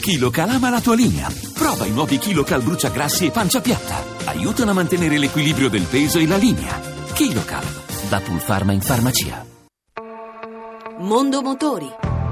KiloCal ama la tua linea. Prova i nuovi KiloCal bruciagrassi e pancia piatta. Aiutano a mantenere l'equilibrio del peso e la linea. KiloCal, da Pulpharma in farmacia. Mondo Motori.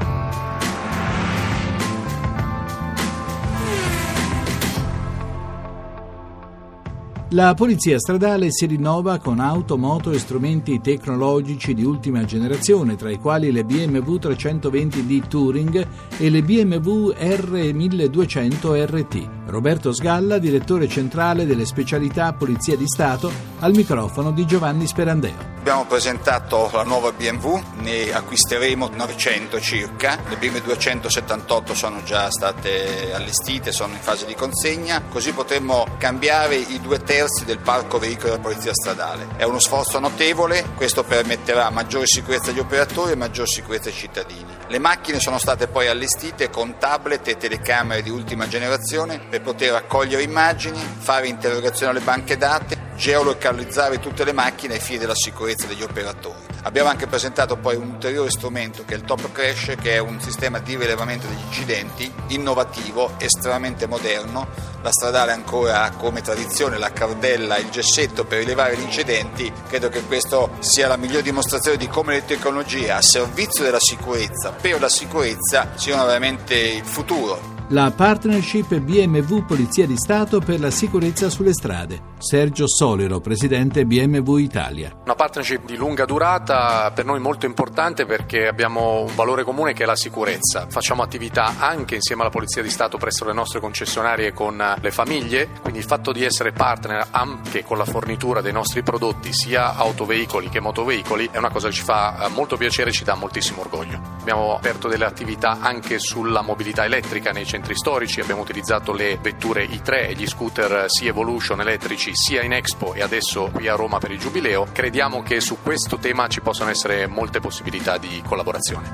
La polizia stradale si rinnova con auto, moto e strumenti tecnologici di ultima generazione, tra i quali le BMW 320D Touring e le BMW R1200 RT. Roberto Sgalla, direttore centrale delle specialità Polizia di Stato, al microfono di Giovanni Sperandeo. Abbiamo presentato la nuova BMW, ne acquisteremo 900 circa, le prime 278 sono già state allestite, sono in fase di consegna, così potremo cambiare i 2/3 del parco veicoli della Polizia Stradale. È uno sforzo notevole, questo permetterà maggiore sicurezza agli operatori e maggiore sicurezza ai cittadini. Le macchine sono state poi allestite con tablet e telecamere di ultima generazione per poter raccogliere immagini, fare interrogazioni alle banche dati, geolocalizzare tutte le macchine ai fini della sicurezza degli operatori. Abbiamo anche presentato poi un ulteriore strumento che è il Top Crash, che è un sistema di rilevamento degli incidenti innovativo, estremamente moderno. La stradale ancora ha come tradizione la cardella e il gessetto per rilevare gli incidenti. Credo che questo sia la migliore dimostrazione di come le tecnologie a servizio della sicurezza, per la sicurezza, siano veramente il futuro. La partnership BMW Polizia di Stato per la sicurezza sulle strade. Sergio Solero, presidente BMW Italia. Una partnership di lunga durata, per noi molto importante perché abbiamo un valore comune che è la sicurezza. Facciamo attività anche insieme alla Polizia di Stato presso le nostre concessionarie con le famiglie, quindi il fatto di essere partner anche con la fornitura dei nostri prodotti, sia autoveicoli che motoveicoli, è una cosa che ci fa molto piacere e ci dà moltissimo orgoglio. Abbiamo aperto delle attività anche sulla mobilità elettrica nei centri storici, abbiamo utilizzato le vetture i3 e gli scooter C-Evolution elettrici sia in Expo e adesso qui a Roma per il Giubileo. Crediamo che su questo tema ci possano essere molte possibilità di collaborazione.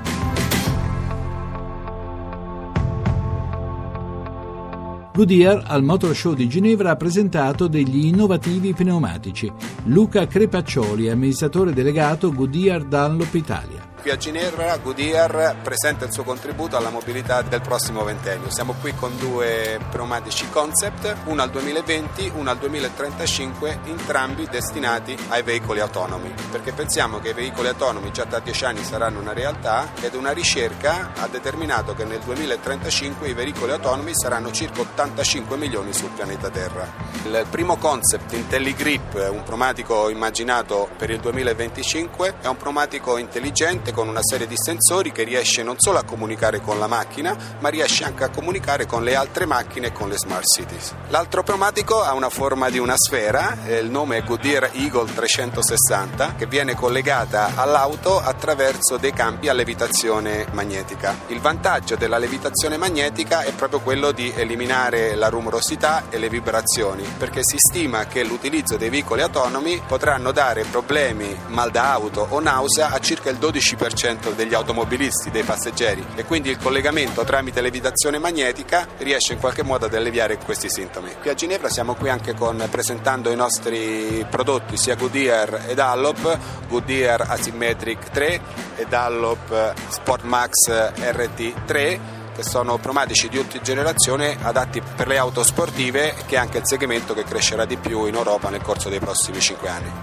Goodyear al Motor Show di Ginevra ha presentato degli innovativi pneumatici. Luca Crepaccioli, amministratore delegato Goodyear Dunlop Italia. Qui a Ginevra Goodyear presenta il suo contributo alla mobilità del prossimo ventennio. Siamo qui con due pneumatici concept, uno al 2020, uno al 2035, entrambi destinati ai veicoli autonomi, perché pensiamo che i veicoli autonomi già da 10 anni saranno una realtà ed una ricerca ha determinato che nel 2035 i veicoli autonomi saranno circa 85 milioni sul pianeta Terra. Il primo concept IntelliGrip, un pneumatico immaginato per il 2025, è un pneumatico intelligente con una serie di sensori che riesce non solo a comunicare con la macchina, ma riesce anche a comunicare con le altre macchine e con le smart cities. L'altro pneumatico ha una forma di una sfera, il nome è Goodyear Eagle 360, che viene collegata all'auto attraverso dei campi a levitazione magnetica. Il vantaggio della levitazione magnetica è proprio quello di eliminare la rumorosità e le vibrazioni, perché si stima che l'utilizzo dei veicoli autonomi potranno dare problemi, mal da auto o nausea a circa il 12% degli automobilisti, dei passeggeri, e quindi il collegamento tramite levitazione magnetica riesce in qualche modo ad alleviare questi sintomi. Qui a Ginevra siamo qui anche presentando i nostri prodotti sia Goodyear e Dunlop, Goodyear Asymmetric 3 e Dunlop Sport Max RT 3, che sono pneumatici di ultima generazione adatti per le auto sportive, che è anche il segmento che crescerà di più in Europa nel corso dei prossimi 5 anni.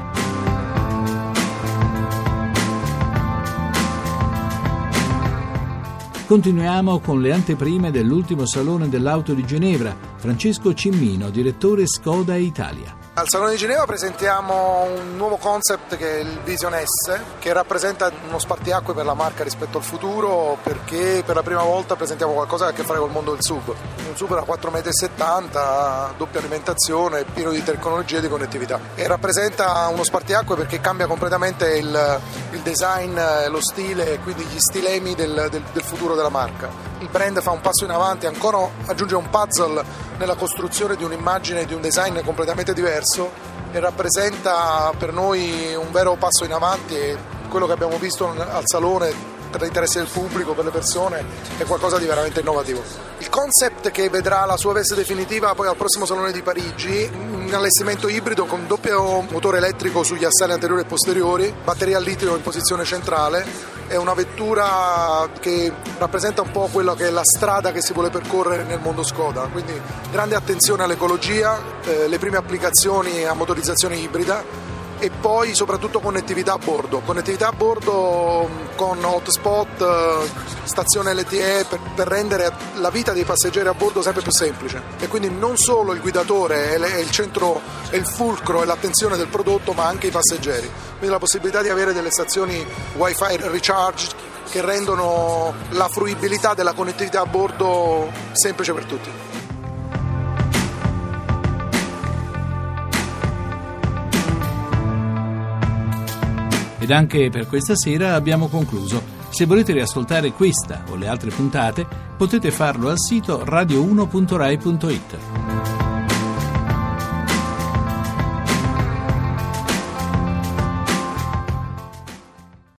Continuiamo con le anteprime dell'ultimo Salone dell'Auto di Ginevra. Francesco Cimmino, direttore Skoda Italia. Al Salone di Ginevra presentiamo un nuovo concept che è il Vision S, che rappresenta uno spartiacque per la marca rispetto al futuro, perché per la prima volta presentiamo qualcosa che ha a che fare col mondo del SUV. Un SUV da 4,70 m, doppia alimentazione, pieno di tecnologie e di connettività. E rappresenta uno spartiacque perché cambia completamente il design, lo stile, quindi gli stilemi del futuro della marca. Il brand fa un passo in avanti, ancora aggiunge un puzzle nella costruzione di un'immagine, di un design completamente diverso, e rappresenta per noi un vero passo in avanti, e quello che abbiamo visto al Salone l'interesse del pubblico, per le persone, è qualcosa di veramente innovativo. Il concept che vedrà la sua veste definitiva poi al prossimo Salone di Parigi, un allestimento ibrido con doppio motore elettrico sugli assali anteriori e posteriori, batteria al litio in posizione centrale. È una vettura che rappresenta un po' quella che è la strada che si vuole percorrere nel mondo Skoda, quindi grande attenzione all'ecologia, le prime applicazioni a motorizzazione ibrida e poi soprattutto connettività a bordo con hotspot, stazione LTE per rendere la vita dei passeggeri a bordo sempre più semplice, e quindi non solo il guidatore è il centro, è il fulcro e l'attenzione del prodotto, ma anche i passeggeri, quindi la possibilità di avere delle stazioni Wi-Fi recharge che rendono la fruibilità della connettività a bordo semplice per tutti. Ed anche per questa sera abbiamo concluso. Se volete riascoltare questa o le altre puntate, potete farlo al sito radio1.rai.it.